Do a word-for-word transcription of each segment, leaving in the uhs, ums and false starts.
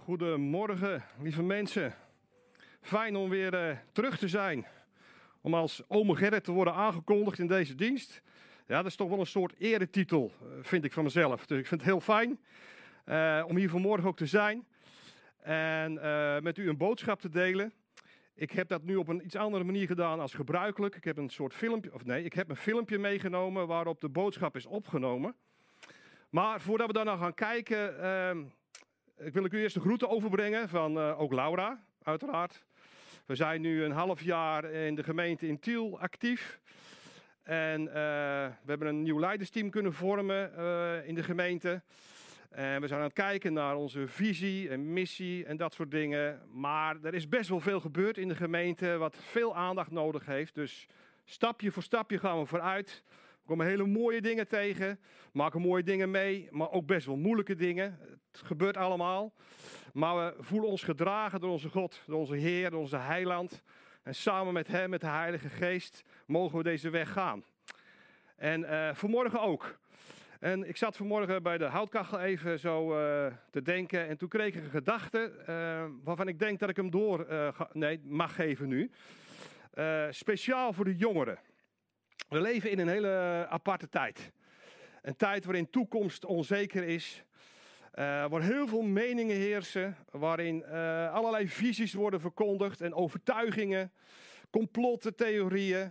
Goedemorgen, lieve mensen. Fijn om weer uh, terug te zijn. Om als ome Gerrit te worden aangekondigd in deze dienst. Ja, dat is toch wel een soort eretitel, vind ik van mezelf. Dus ik vind het heel fijn uh, om hier vanmorgen ook te zijn. En uh, met u een boodschap te delen. Ik heb dat nu op een iets andere manier gedaan als gebruikelijk. Ik heb een soort filmpje, of nee, ik heb een filmpje meegenomen waarop de boodschap is opgenomen. Maar voordat we daar nou gaan kijken, uh, ik wil ik u eerst de groeten overbrengen van uh, ook Laura, uiteraard. We zijn nu een half jaar in de gemeente in Tiel actief. En uh, we hebben een nieuw leidersteam kunnen vormen uh, in de gemeente. En we zijn aan het kijken naar onze visie en missie en dat soort dingen. Maar er is best wel veel gebeurd in de gemeente wat veel aandacht nodig heeft. Dus stapje voor stapje gaan we vooruit. We komen hele mooie dingen tegen, maken mooie dingen mee, maar ook best wel moeilijke dingen. Het gebeurt allemaal. Maar we voelen ons gedragen door onze God, door onze Heer, door onze Heiland. En samen met Hem, met de Heilige Geest, mogen we deze weg gaan. En uh, vanmorgen ook. En ik zat vanmorgen bij de houtkachel even zo uh, te denken. En toen kreeg ik een gedachte uh, waarvan ik denk dat ik hem door uh, ga, nee, mag geven nu. Uh, speciaal voor de jongeren. We leven in een hele aparte tijd. Een tijd waarin toekomst onzeker is. Uh, waar heel veel meningen heersen. Waarin uh, allerlei visies worden verkondigd. En overtuigingen. Complotten, theorieën.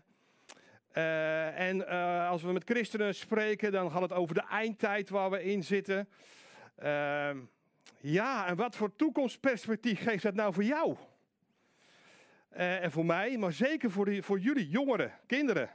Uh, en uh, als we met christenen spreken, dan gaat het over de eindtijd waar we in zitten. Uh, ja, en wat voor toekomstperspectief geeft dat nou voor jou? Uh, en voor mij, maar zeker voor, die, voor jullie, jongeren, kinderen.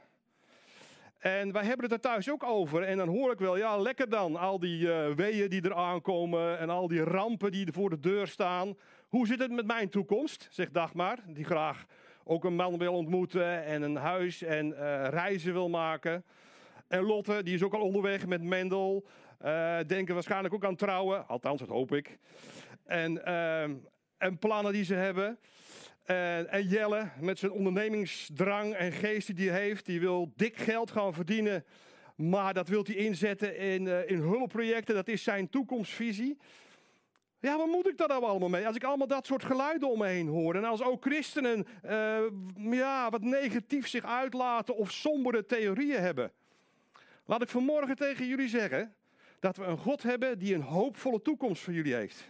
En wij hebben het er thuis ook over. En dan hoor ik wel, ja, lekker dan. Al die uh, weeën die er aankomen en al die rampen die er voor de deur staan. Hoe zit het met mijn toekomst? Zegt Dagmar, die graag ook een man wil ontmoeten en een huis en uh, reizen wil maken. En Lotte, die is ook al onderweg met Mendel. Uh, denken waarschijnlijk ook aan trouwen. Althans, dat hoop ik. En, uh, en plannen die ze hebben. Uh, en Jelle, met zijn ondernemingsdrang en geest die hij heeft. Die wil dik geld gaan verdienen. Maar dat wil hij inzetten in, uh, in hulpprojecten. Dat is zijn toekomstvisie. Ja, wat moet ik daar nou allemaal mee? Als ik allemaal dat soort geluiden om me heen hoor. En als ook christenen uh, ja, wat negatief zich uitlaten of sombere theorieën hebben. Laat ik vanmorgen tegen jullie zeggen dat we een God hebben die een hoopvolle toekomst voor jullie heeft.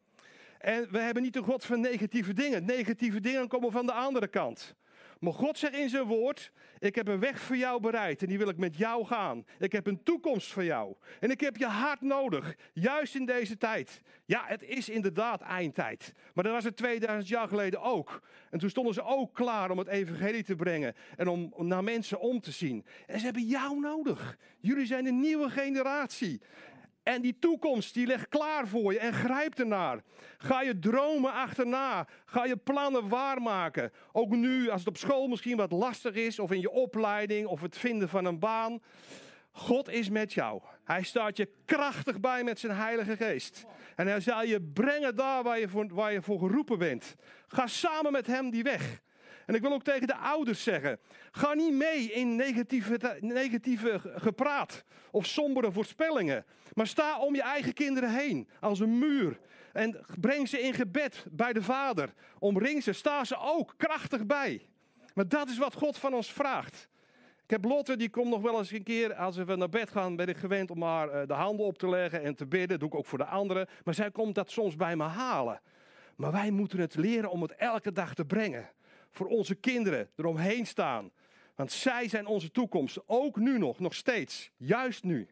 En we hebben niet een God van negatieve dingen. Negatieve dingen komen van de andere kant. Maar God zegt in zijn woord, ik heb een weg voor jou bereid en die wil ik met jou gaan. Ik heb een toekomst voor jou. En ik heb je hart nodig, juist in deze tijd. Ja, het is inderdaad eindtijd. Maar dat was het tweeduizend jaar geleden ook. En toen stonden ze ook klaar om het evangelie te brengen en om naar mensen om te zien. En ze hebben jou nodig. Jullie zijn een nieuwe generatie. En die toekomst, die ligt klaar voor je en grijp ernaar. Ga je dromen achterna. Ga je plannen waarmaken. Ook nu, als het op school misschien wat lastig is, of in je opleiding, of het vinden van een baan. God is met jou. Hij staat je krachtig bij met zijn Heilige Geest. En hij zal je brengen daar waar je voor, waar je voor geroepen bent. Ga samen met hem die weg. En ik wil ook tegen de ouders zeggen, ga niet mee in negatieve, negatieve gepraat of sombere voorspellingen. Maar sta om je eigen kinderen heen als een muur. En breng ze in gebed bij de Vader. Omring ze, sta ze ook krachtig bij. Maar dat is wat God van ons vraagt. Ik heb Lotte, die komt nog wel eens een keer, als we naar bed gaan, ben ik gewend om haar de handen op te leggen en te bidden. Dat doe ik ook voor de anderen. Maar zij komt dat soms bij me halen. Maar wij moeten het leren om het elke dag te brengen. Voor onze kinderen eromheen staan. Want zij zijn onze toekomst. Ook nu nog, nog steeds. Juist nu.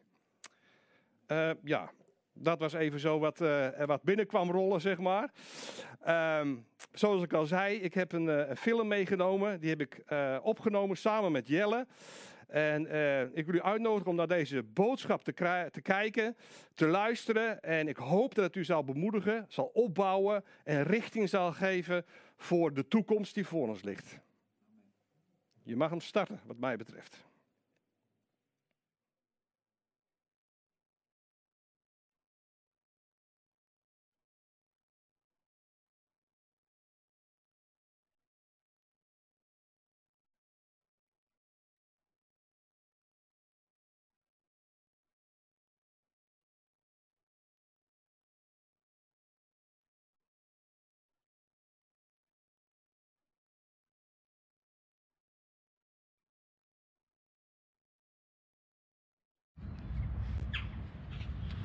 Uh, ja, dat was even zo wat, uh, wat binnenkwam rollen, zeg maar. Um, zoals ik al zei, ik heb een, uh, een film meegenomen. Die heb ik uh, opgenomen samen met Jelle. En uh, ik wil u uitnodigen om naar deze boodschap te, kri- te kijken, te luisteren. En ik hoop dat het u zal bemoedigen, zal opbouwen en richting zal geven voor de toekomst die voor ons ligt. Je mag hem starten, wat mij betreft.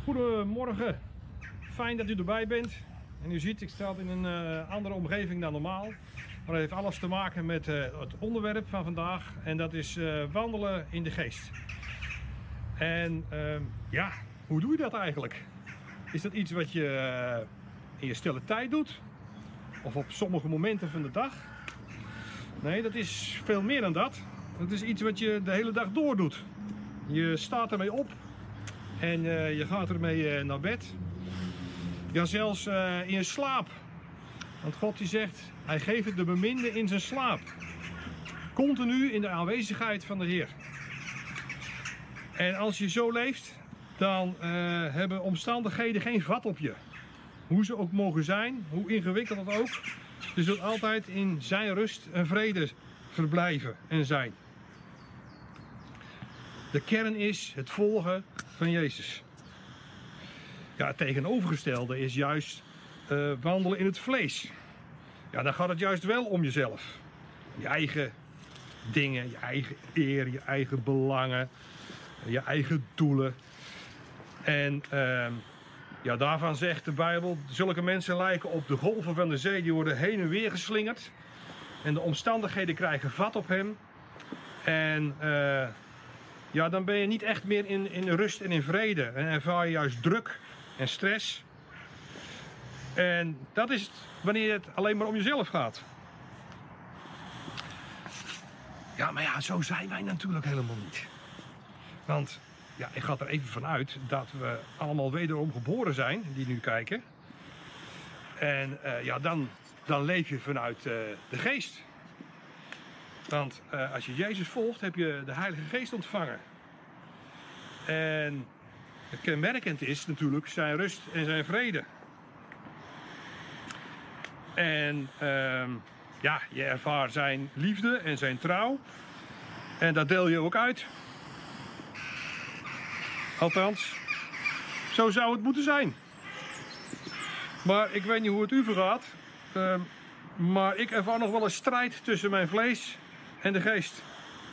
Goedemorgen, fijn dat u erbij bent. En u ziet, ik sta in een uh, andere omgeving dan normaal. Maar dat heeft alles te maken met uh, het onderwerp van vandaag. En dat is uh, wandelen in de geest. En uh, ja, hoe doe je dat eigenlijk? Is dat iets wat je uh, in je stille tijd doet? Of op sommige momenten van de dag? Nee, dat is veel meer dan dat. Het is iets wat je de hele dag door doet. Je staat ermee op. En uh, je gaat ermee uh, naar bed. Ja, zelfs uh, in je slaap. Want God die zegt, hij geeft het de beminde in zijn slaap. Continu in de aanwezigheid van de Heer. En als je zo leeft, dan uh, hebben omstandigheden geen vat op je. Hoe ze ook mogen zijn, hoe ingewikkeld het ook. Je zult altijd in zijn rust en vrede verblijven en zijn. De kern is het volgen van Jezus. Ja, het tegenovergestelde is juist uh, wandelen in het vlees. Ja, dan gaat het juist wel om jezelf. Je eigen dingen, je eigen eer, je eigen belangen, je eigen doelen. En uh, ja, daarvan zegt de Bijbel, zulke mensen lijken op de golven van de zee, die worden heen en weer geslingerd. En de omstandigheden krijgen vat op hem. En uh, ja, dan ben je niet echt meer in, in rust en in vrede. En ervaar je juist druk en stress. En dat is het wanneer het alleen maar om jezelf gaat. Ja, maar ja, zo zijn wij natuurlijk helemaal niet. Want ja, ik ga er even vanuit dat we allemaal wederom geboren zijn, die nu kijken. En uh, ja, dan, dan leef je vanuit uh, de geest. Want uh, als je Jezus volgt, heb je de Heilige Geest ontvangen. En kenmerkend is natuurlijk zijn rust en zijn vrede. En uh, ja, je ervaart zijn liefde en zijn trouw. En dat deel je ook uit. Althans, zo zou het moeten zijn. Maar ik weet niet hoe het u vergaat. Uh, maar ik ervaar nog wel een strijd tussen mijn vlees en de geest.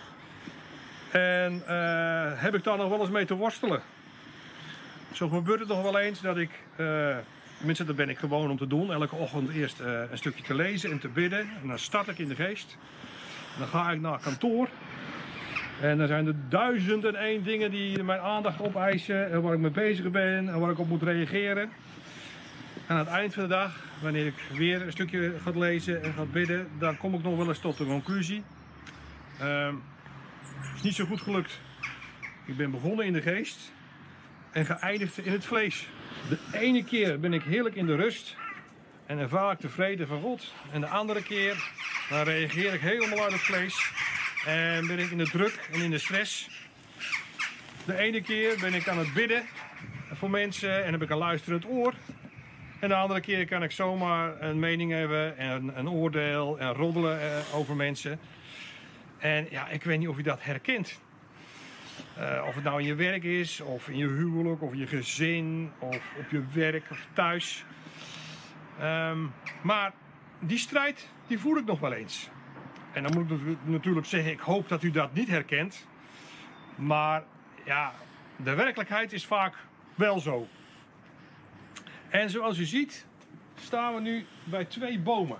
En uh, heb ik daar nog wel eens mee te worstelen. Zo gebeurt het nog wel eens dat ik, uh, tenminste dat ben ik gewoon om te doen, elke ochtend eerst uh, een stukje te lezen en te bidden. En dan start ik in de geest. En dan ga ik naar kantoor. En dan zijn er duizend en één dingen die mijn aandacht opeisen en waar ik mee bezig ben en waar ik op moet reageren. En aan het eind van de dag, wanneer ik weer een stukje ga lezen en ga bidden, dan kom ik nog wel eens tot de conclusie. Uh, Het is niet zo goed gelukt. Ik ben begonnen in de geest en geëindigd in het vlees. De ene keer ben ik heerlijk in de rust en ervaar ik de vrede van God. En de andere keer dan reageer ik helemaal uit het vlees en ben ik in de druk en in de stress. De ene keer ben ik aan het bidden voor mensen en heb ik een luisterend oor. En de andere keer kan ik zomaar een mening hebben en een oordeel en roddelen over mensen. En ja, ik weet niet of je dat herkent. Uh, of het nou in je werk is, of in je huwelijk, of in je gezin, of op je werk, of thuis. Um, maar die strijd, die voer ik nog wel eens. En dan moet ik natuurlijk zeggen, ik hoop dat u dat niet herkent. Maar ja, de werkelijkheid is vaak wel zo. En zoals u ziet, staan we nu bij twee bomen.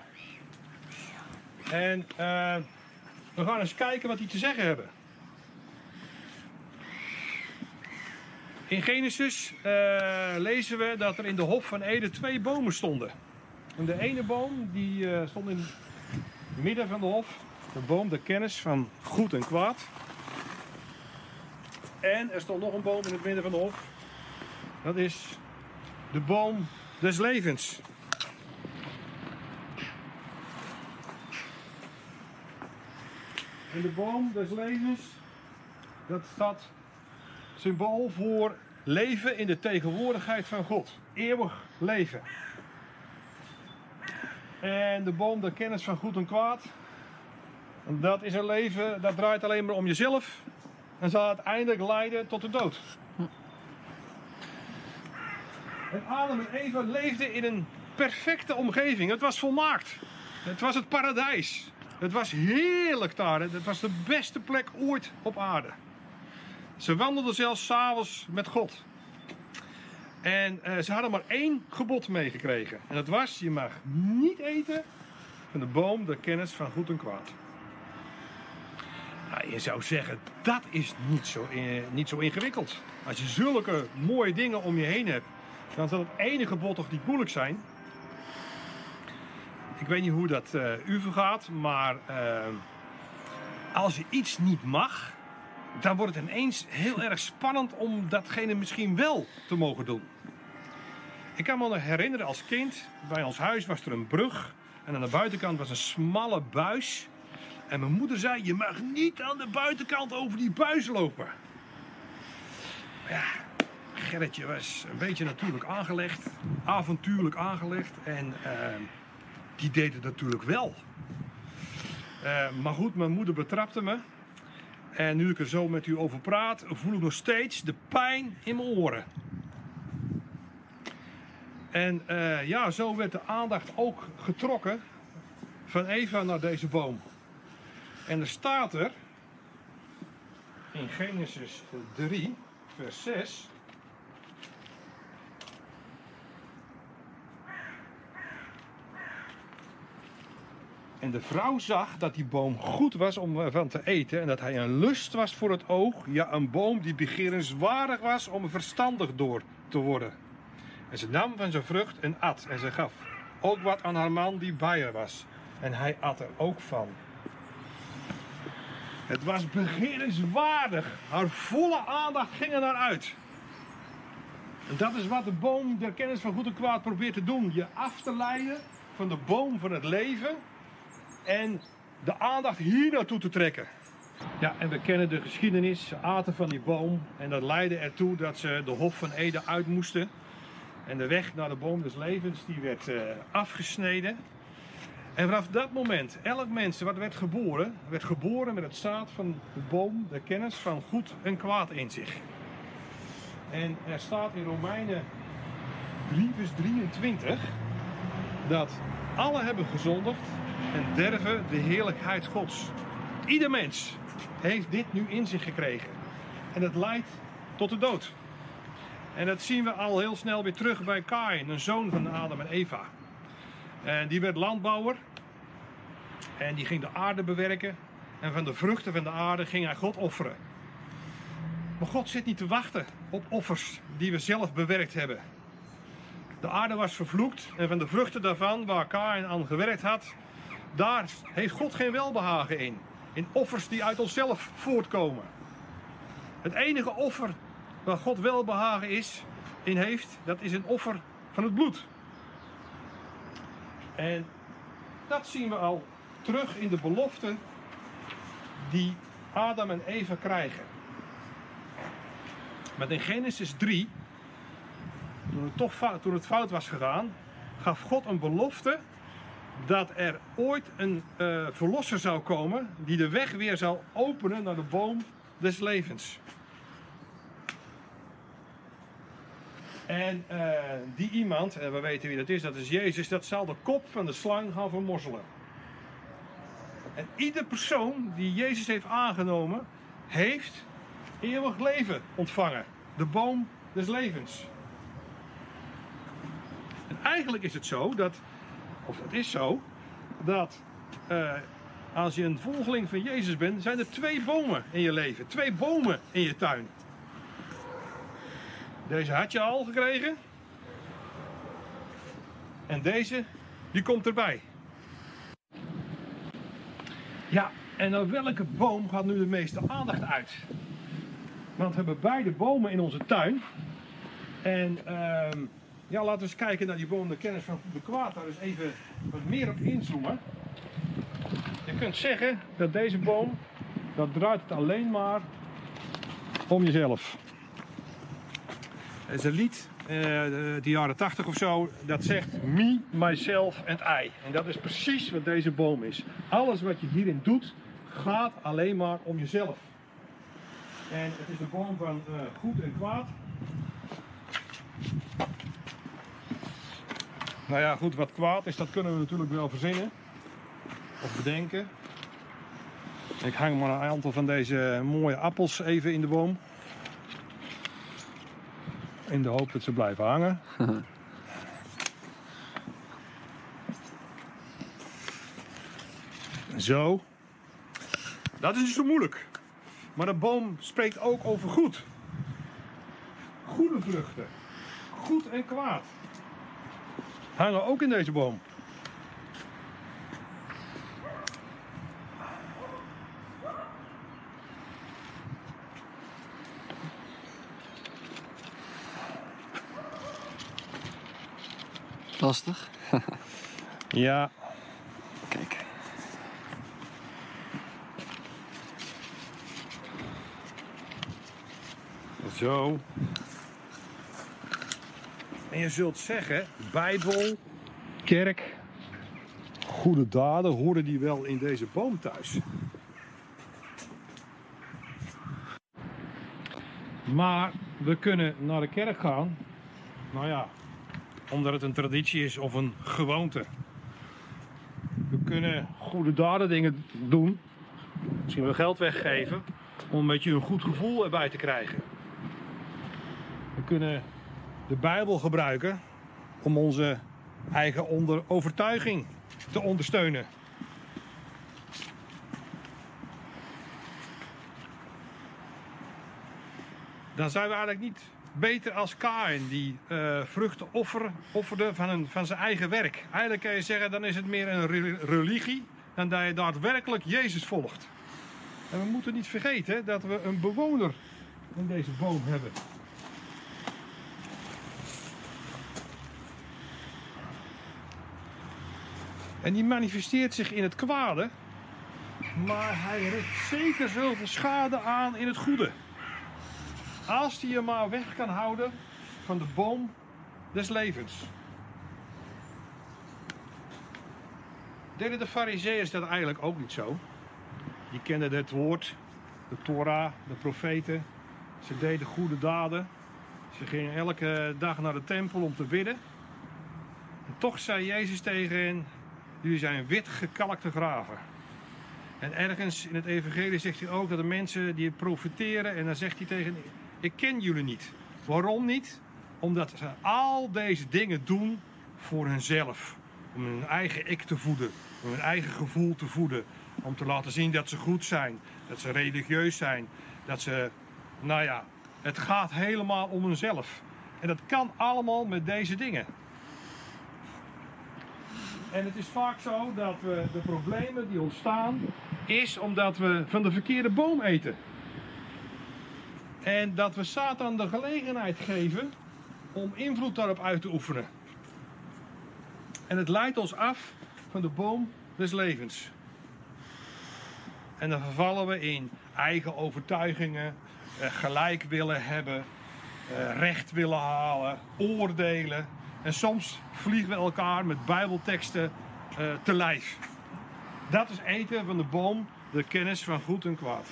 En uh, we gaan eens kijken wat die te zeggen hebben. In Genesis uh, lezen we dat er in de Hof van Eden twee bomen stonden. En de ene boom die uh, stond in het midden van de hof. De boom de kennis van goed en kwaad. En er stond nog een boom in het midden van de hof. Dat is de boom des levens. En de boom des levens, dat staat symbool voor leven in de tegenwoordigheid van God. Eeuwig leven. En de boom der kennis van goed en kwaad, dat is een leven dat draait alleen maar om jezelf en zal uiteindelijk leiden tot de dood. En Adam en Eva leefden in een perfecte omgeving. Het was volmaakt. Het was het paradijs. Het was heerlijk daar. Het was de beste plek ooit op aarde. Ze wandelden zelfs 's avonds met God. En uh, ze hadden maar één gebod meegekregen. En dat was, je mag niet eten van de boom der kennis van goed en kwaad. Nou, je zou zeggen, dat is niet zo, uh, niet zo ingewikkeld. Als je zulke mooie dingen om je heen hebt, dan zal het ene gebod toch niet moeilijk zijn. Ik weet niet hoe dat uh, u vergaat, maar uh, als je iets niet mag, dan wordt het ineens heel erg spannend om datgene misschien wel te mogen doen. Ik kan me nog herinneren als kind, bij ons huis was er een brug en aan de buitenkant was een smalle buis. En mijn moeder zei, je mag niet aan de buitenkant over die buis lopen. Maar ja, Gerritje was een beetje natuurlijk aangelegd, avontuurlijk aangelegd en uh, die deed het natuurlijk wel. Uh, maar goed, mijn moeder betrapte me. En nu ik er zo met u over praat, voel ik nog steeds de pijn in mijn oren. En uh, ja, zo werd de aandacht ook getrokken van Eva naar deze boom. En er staat er in Genesis drie, vers zes. En de vrouw zag dat die boom goed was om ervan te eten en dat hij een lust was voor het oog. Ja, een boom die begerenswaardig was om verstandig door te worden. En ze nam van zijn vrucht en at en ze gaf ook wat aan haar man die bij haar was. En hij at er ook van. Het was begerenswaardig. Haar volle aandacht ging er naar uit. En dat is wat de boom der kennis van goed en kwaad probeert te doen. Je af te leiden van de boom van het leven. En de aandacht hier naartoe te trekken. Ja, en we kennen de geschiedenis. Ze aten van die boom. En dat leidde ertoe dat ze de Hof van Eden uit moesten. En de weg naar de boom des levens die werd uh, afgesneden. En vanaf dat moment, elk mens wat werd geboren, werd geboren met het zaad van de boom, de kennis van goed en kwaad in zich. En er staat in Romeinen drie vers drieëntwintig dat alle hebben gezondigd en derven de heerlijkheid Gods. Ieder mens heeft dit nu in zich gekregen. En dat leidt tot de dood. En dat zien we al heel snel weer terug bij Kaïn, een zoon van Adam en Eva. En die werd landbouwer. En die ging de aarde bewerken. En van de vruchten van de aarde ging hij God offeren. Maar God zit niet te wachten op offers die we zelf bewerkt hebben. De aarde was vervloekt. En van de vruchten daarvan, waar Kaïn aan gewerkt had, daar heeft God geen welbehagen in. In offers die uit onszelf voortkomen. Het enige offer waar God welbehagen is, in heeft, dat is een offer van het bloed. En dat zien we al terug in de belofte die Adam en Eva krijgen. Maar in Genesis drie, toen het, toch fout, toen het fout was gegaan, gaf God een belofte dat er ooit een uh, verlosser zou komen die de weg weer zou openen naar de boom des levens. En uh, die iemand, en we weten wie dat is, dat is Jezus, dat zal de kop van de slang gaan vermorzelen. En ieder persoon die Jezus heeft aangenomen, heeft eeuwig leven ontvangen. De boom des levens. En eigenlijk is het zo dat, of het is zo, dat uh, als je een volgeling van Jezus bent, zijn er twee bomen in je leven. Twee bomen in je tuin. Deze had je al gekregen. En deze, die komt erbij. Ja, en naar welke boom gaat nu de meeste aandacht uit? Want we hebben beide bomen in onze tuin. En uh, ja, laten we eens kijken naar die boom de kennis van goed en kwaad. Daar eens even wat meer op inzoomen. Je kunt zeggen dat deze boom, dat draait het alleen maar om jezelf. Het is een lied, uh, de, de jaren tachtig of zo, dat zegt me, myself and I. En dat is precies wat deze boom is. Alles wat je hierin doet, gaat alleen maar om jezelf. En het is de boom van uh, goed en kwaad. Nou ja, goed, wat kwaad is, dat kunnen we natuurlijk wel verzinnen. Of bedenken. Ik hang maar een aantal van deze mooie appels even in de boom. In de hoop dat ze blijven hangen. Zo. Dat is niet zo moeilijk. Maar de boom spreekt ook over goed. Goede vruchten. Goed en kwaad. Hangen ook in deze boom. Lastig. Ja. Kijk. Zo. En je zult zeggen, Bijbel, kerk, goede daden, horen die wel in deze boom thuis? Maar we kunnen naar de kerk gaan, nou ja, omdat het een traditie is of een gewoonte. We kunnen goede daden dingen doen, misschien wel geld weggeven, om een beetje een goed gevoel erbij te krijgen. We kunnen de Bijbel gebruiken om onze eigen onder overtuiging te ondersteunen. Dan zijn we eigenlijk niet beter als Kaïn, die uh, vruchten offer, offerde van, een, van zijn eigen werk. Eigenlijk kan je zeggen, dan is het meer een re religie dan dat je daadwerkelijk Jezus volgt. En we moeten niet vergeten dat we een bewoner in deze boom hebben. En die manifesteert zich in het kwade, maar hij richt zeker zoveel schade aan in het goede. Als hij je maar weg kan houden van de boom des levens. Deden de farizeeërs dat eigenlijk ook niet zo? Die kenden het woord, de Torah, de profeten. Ze deden goede daden. Ze gingen elke dag naar de tempel om te bidden. En toch zei Jezus tegen hen, jullie zijn wit gekalkte graven. En ergens in het evangelie zegt hij ook dat de mensen die profeteren, en dan zegt hij tegen hen, ik ken jullie niet. Waarom niet? Omdat ze al deze dingen doen voor hunzelf. Om hun eigen ik te voeden. Om hun eigen gevoel te voeden. Om te laten zien dat ze goed zijn. Dat ze religieus zijn. Dat ze, nou ja, het gaat helemaal om hunzelf. En dat kan allemaal met deze dingen. En het is vaak zo dat we de problemen die ontstaan, is omdat we van de verkeerde boom eten. En dat we Satan de gelegenheid geven om invloed daarop uit te oefenen. En het leidt ons af van de boom des levens. En dan vervallen we in eigen overtuigingen, gelijk willen hebben, recht willen halen, oordelen. En soms vliegen we elkaar met bijbelteksten te lijf. Dat is eten van de boom, de kennis van goed en kwaad.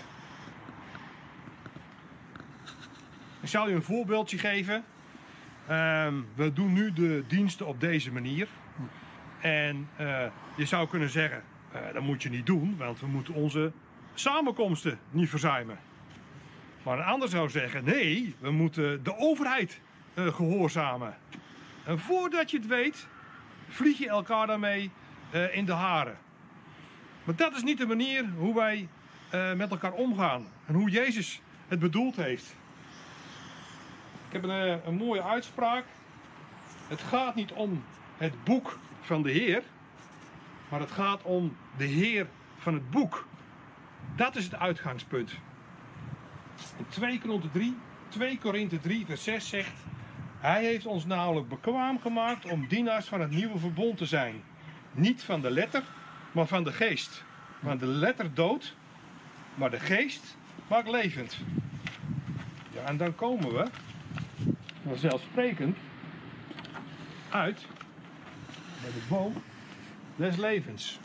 Ik zal u een voorbeeldje geven. Um, we doen nu de diensten op deze manier. En uh, je zou kunnen zeggen, uh, dat moet je niet doen, want we moeten onze samenkomsten niet verzuimen. Maar een ander zou zeggen, nee, we moeten de overheid uh, gehoorzamen. En voordat je het weet, vlieg je elkaar daarmee uh, in de haren. Maar dat is niet de manier hoe wij uh, met elkaar omgaan. En hoe Jezus het bedoeld heeft. Ik heb een, een mooie uitspraak. Het gaat niet om het boek van de Heer, maar het gaat om de Heer van het boek. Dat is het uitgangspunt. In twee Korinthe drie vers zes zegt, hij heeft ons namelijk bekwaam gemaakt om dienaars van het nieuwe verbond te zijn. Niet van de letter, maar van de geest. Want de letter doodt, maar de geest maakt levend. Ja, en dan komen we vanzelfsprekend uit bij de boom des levens.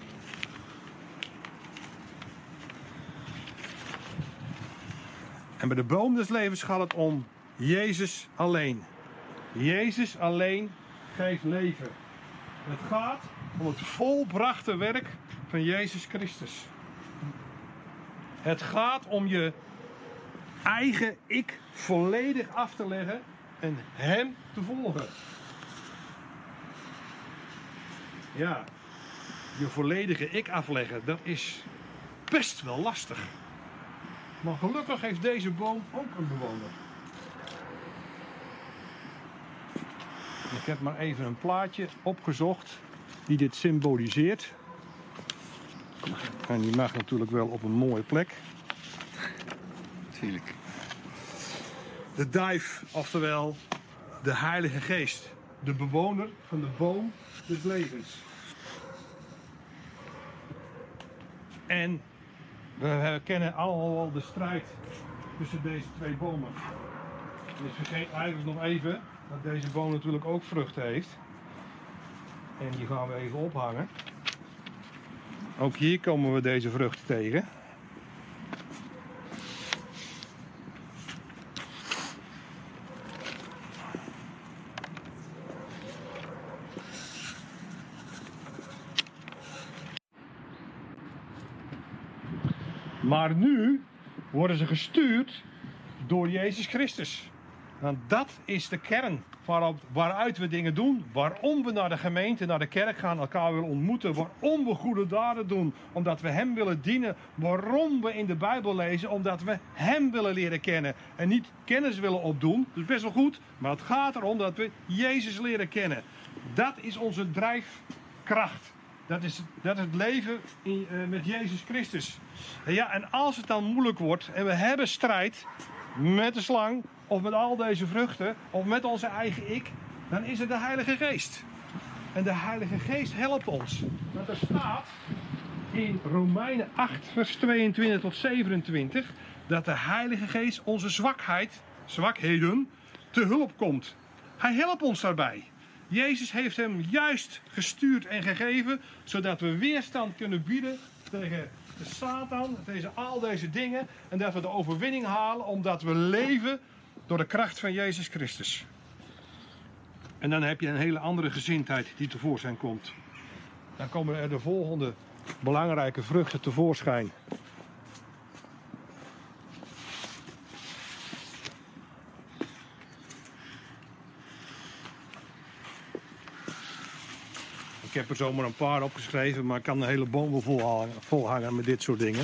En bij de boom des levens gaat het om Jezus alleen. Jezus alleen geeft leven. Het gaat om het volbrachte werk van Jezus Christus. Het gaat om je eigen ik volledig af te leggen en hem te volgen. Ja, je volledige ik afleggen, dat is best wel lastig. Maar gelukkig heeft deze boom ook een bewoner. Ik heb maar even een plaatje opgezocht die dit symboliseert. En die mag natuurlijk wel op een mooie plek. Tuurlijk. De duif, oftewel de Heilige Geest. De bewoner van de boom des levens. En we kennen allemaal wel de strijd tussen deze twee bomen. Dus vergeet eigenlijk nog even dat deze boom natuurlijk ook vruchten heeft. En die gaan we even ophangen. Ook hier komen we deze vruchten tegen. Maar nu worden ze gestuurd door Jezus Christus. Want dat is de kern waarop, waaruit we dingen doen. Waarom we naar de gemeente, naar de kerk gaan, elkaar willen ontmoeten. Waarom we goede daden doen. Omdat we hem willen dienen. Waarom we in de Bijbel lezen. Omdat we hem willen leren kennen. En niet kennis willen opdoen. Dat is best wel goed. Maar het gaat erom dat we Jezus leren kennen. Dat is onze drijfkracht. Dat is, dat is het leven in, uh, met Jezus Christus. En ja, en als het dan moeilijk wordt en we hebben strijd met de slang of met al deze vruchten of met onze eigen ik, dan is het de Heilige Geest. En de Heilige Geest helpt ons. Want er staat in Romeinen acht vers tweeëntwintig tot zevenentwintig dat de Heilige Geest onze zwakheid, zwakheden te hulp komt. Hij helpt ons daarbij. Jezus heeft hem juist gestuurd en gegeven, zodat we weerstand kunnen bieden tegen de Satan, tegen al deze dingen. En dat we de overwinning halen, omdat we leven door de kracht van Jezus Christus. En dan heb je een hele andere gezindheid die tevoorschijn komt. Dan komen er de volgende belangrijke vruchten tevoorschijn. Ik heb er zomaar een paar opgeschreven, maar ik kan de hele boom wel volhangen, volhangen met dit soort dingen.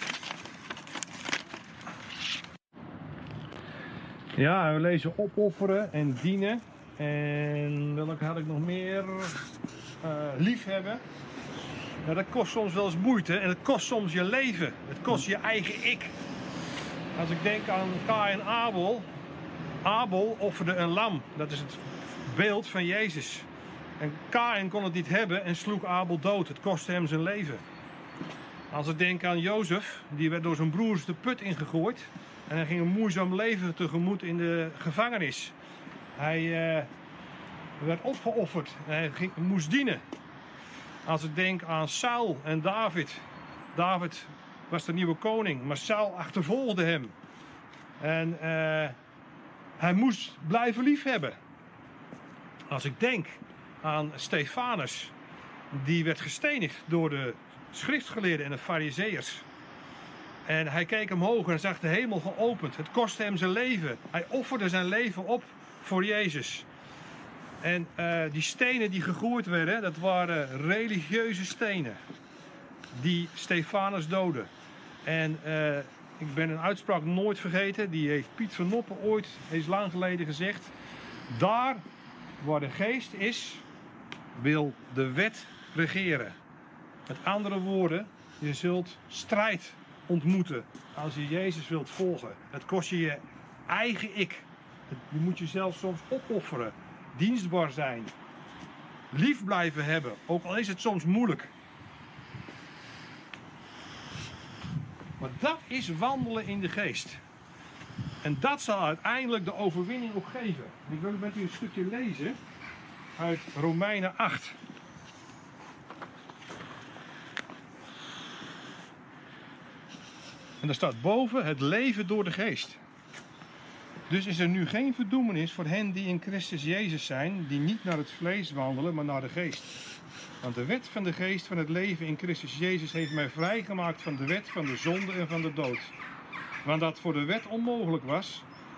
Ja, we lezen opofferen en dienen. En welke had ik nog meer? Uh, liefhebben. Ja, dat kost soms wel eens moeite en het kost soms je leven. Het kost je eigen ik. Als ik denk aan Kaïn en Abel. Abel offerde een lam. Dat is het beeld van Jezus. En Kaïn kon het niet hebben en sloeg Abel dood. Het kostte hem zijn leven. Als ik denk aan Jozef, die werd door zijn broers de put ingegooid. En hij ging een moeizaam leven tegemoet in de gevangenis. Hij uh, werd opgeofferd en hij ging, moest dienen. Als ik denk aan Saul en David. David was de nieuwe koning, maar Saul achtervolgde hem. En uh, hij moest blijven liefhebben. Als ik denk aan Stefanus, die werd gestenigd door de schriftgeleerden en de farizeeërs. En hij keek omhoog en zag de hemel geopend. Het kostte hem zijn leven. Hij offerde zijn leven op voor Jezus. En uh, die stenen die gegooid werden, dat waren religieuze stenen. Die Stefanus doodden. En uh, ik ben een uitspraak nooit vergeten. Die heeft Piet van Noppen ooit, eens lang geleden gezegd. Daar waar de geest is, wil de wet regeren. Met andere woorden, je zult strijd ontmoeten als je Jezus wilt volgen. Het kost je je eigen ik. Je moet jezelf soms opofferen. Dienstbaar zijn. Lief blijven hebben. Ook al is het soms moeilijk. Maar dat is wandelen in de geest. En dat zal uiteindelijk de overwinning ook geven. Ik wil met u een stukje lezen uit Romeinen acht. En daar staat boven het leven door de geest. Dus is er nu geen verdoemenis voor hen die in Christus Jezus zijn, die niet naar het vlees wandelen, maar naar de geest. Want de wet van de geest van het leven in Christus Jezus heeft mij vrijgemaakt van de wet van de zonde en van de dood. Want dat voor de wet onmogelijk was,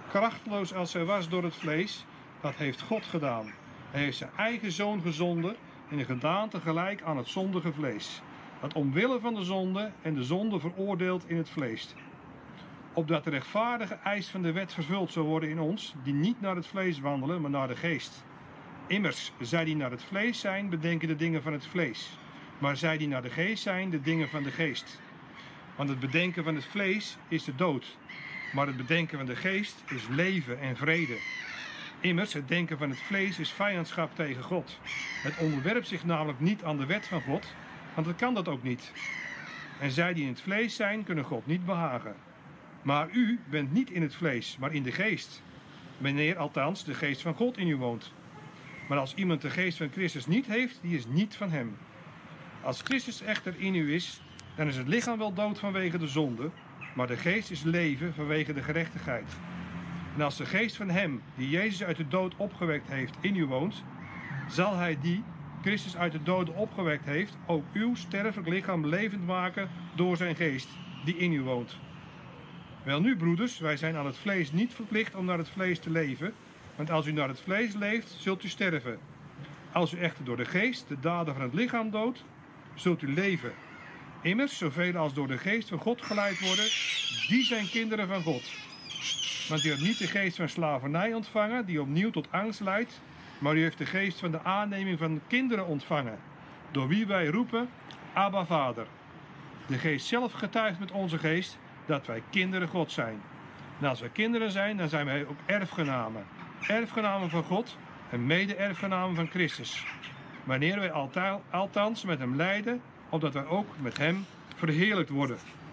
krachteloos als hij was door het vlees, dat heeft God gedaan. Hij heeft zijn eigen zoon gezonden in een gedaante gelijk aan het zondige vlees, dat omwille van de zonde en de zonde veroordeeld in het vlees, opdat de rechtvaardige eis van de wet vervuld zou worden in ons, die niet naar het vlees wandelen, maar naar de geest. Immers, zij die naar het vlees zijn, bedenken de dingen van het vlees, maar zij die naar de geest zijn, de dingen van de geest. Want het bedenken van het vlees is de dood, maar het bedenken van de geest is leven en vrede. Immers, het denken van het vlees is vijandschap tegen God. Het onderwerpt zich namelijk niet aan de wet van God, want het kan dat ook niet. En zij die in het vlees zijn, kunnen God niet behagen. Maar u bent niet in het vlees, maar in de geest. Wanneer althans de geest van God in u woont. Maar als iemand de geest van Christus niet heeft, die is niet van hem. Als Christus echter in u is, dan is het lichaam wel dood vanwege de zonde, maar de geest is leven vanwege de gerechtigheid. En als de geest van hem, die Jezus uit de dood opgewekt heeft, in u woont, zal hij die Christus uit de doden opgewekt heeft, ook uw sterfelijk lichaam levend maken door zijn geest, die in u woont. Welnu, broeders, wij zijn aan het vlees niet verplicht om naar het vlees te leven, want als u naar het vlees leeft, zult u sterven. Als u echter door de geest de daden van het lichaam doodt, zult u leven. Immers, zoveel als door de geest van God geleid worden, die zijn kinderen van God. Want u hebt niet de geest van slavernij ontvangen, die opnieuw tot angst leidt, maar u heeft de geest van de aanneming van kinderen ontvangen, door wie wij roepen, Abba Vader. De geest zelf getuigt met onze geest dat wij kinderen God zijn. En als wij kinderen zijn, dan zijn wij ook erfgenamen. Erfgenamen van God en mede-erfgenamen van Christus. Wanneer wij alta- althans met hem lijden, opdat wij ook met hem verheerlijkt worden.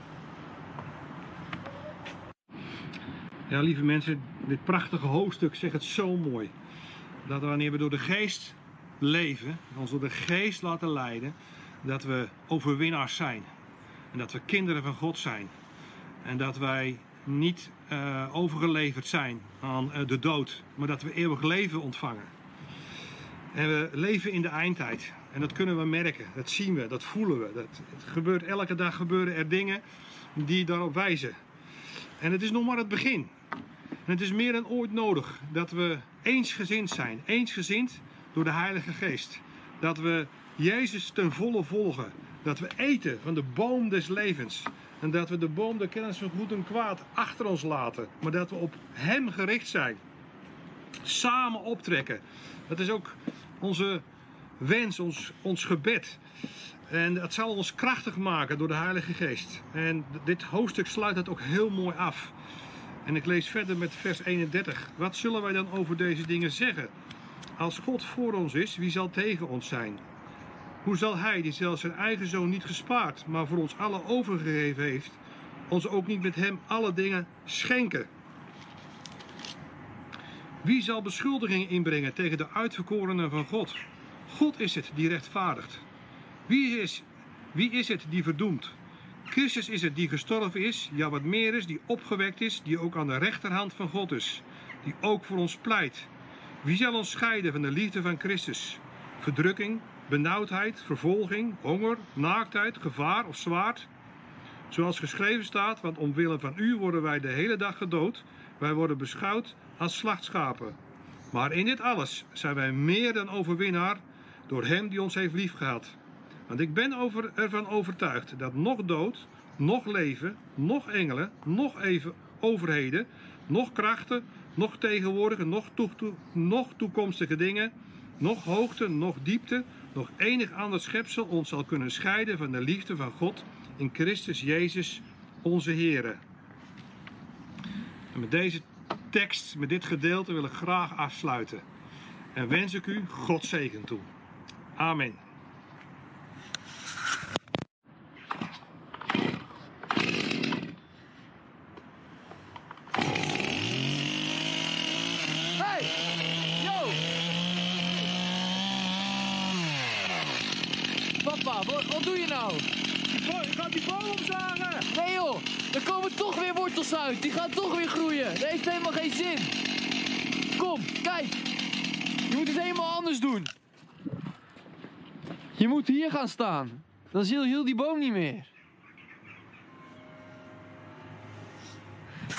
Ja, lieve mensen, dit prachtige hoofdstuk zegt het zo mooi. Dat wanneer we door de geest leven, ons door de geest laten leiden, dat we overwinnaars zijn. En dat we kinderen van God zijn. En dat wij niet uh, overgeleverd zijn aan uh, de dood, maar dat we eeuwig leven ontvangen. En we leven in de eindtijd. En dat kunnen we merken, dat zien we, dat voelen we. Dat, het gebeurt, elke dag gebeuren er dingen die daarop wijzen. En het is nog maar het begin. En het is meer dan ooit nodig dat we eensgezind zijn. Eensgezind door de Heilige Geest. Dat we Jezus ten volle volgen. Dat we eten van de boom des levens. En dat we de boom de kennis van goed en kwaad achter ons laten. Maar dat we op hem gericht zijn. Samen optrekken. Dat is ook onze wens, ons, ons gebed. En dat zal ons krachtig maken door de Heilige Geest. En dit hoofdstuk sluit dat ook heel mooi af. En ik lees verder met vers eenendertig. Wat zullen wij dan over deze dingen zeggen? Als God voor ons is, wie zal tegen ons zijn? Hoe zal hij, die zelfs zijn eigen zoon niet gespaard, maar voor ons allen overgegeven heeft, ons ook niet met hem alle dingen schenken? Wie zal beschuldigingen inbrengen tegen de uitverkorenen van God? God is het die rechtvaardigt. Wie is, wie is het die verdoemt? Christus is het die gestorven is, ja wat meer is, die opgewekt is, die ook aan de rechterhand van God is, die ook voor ons pleit. Wie zal ons scheiden van de liefde van Christus? Verdrukking, benauwdheid, vervolging, honger, naaktheid, gevaar of zwaard? Zoals geschreven staat, want omwille van u worden wij de hele dag gedood, wij worden beschouwd als slachtschapen. Maar in dit alles zijn wij meer dan overwinnaar door hem die ons heeft liefgehad. Want ik ben over, ervan overtuigd dat nog dood, nog leven, nog engelen, nog even overheden, nog krachten, nog tegenwoordige, nog, toe, toe, nog toekomstige dingen, nog hoogte, nog diepte, nog enig ander schepsel ons zal kunnen scheiden van de liefde van God in Christus Jezus onze Heere. En met deze tekst, met dit gedeelte wil ik graag afsluiten. En wens ik u God zegen toe. Amen. Papa, wat, wat doe je nou? Ik ga die boom omzagen! Nee joh, er komen toch weer wortels uit. Die gaan toch weer groeien. Dat heeft helemaal geen zin. Kom, kijk. Je moet het helemaal anders doen. Je moet hier gaan staan. Dan zie je heel die boom niet meer.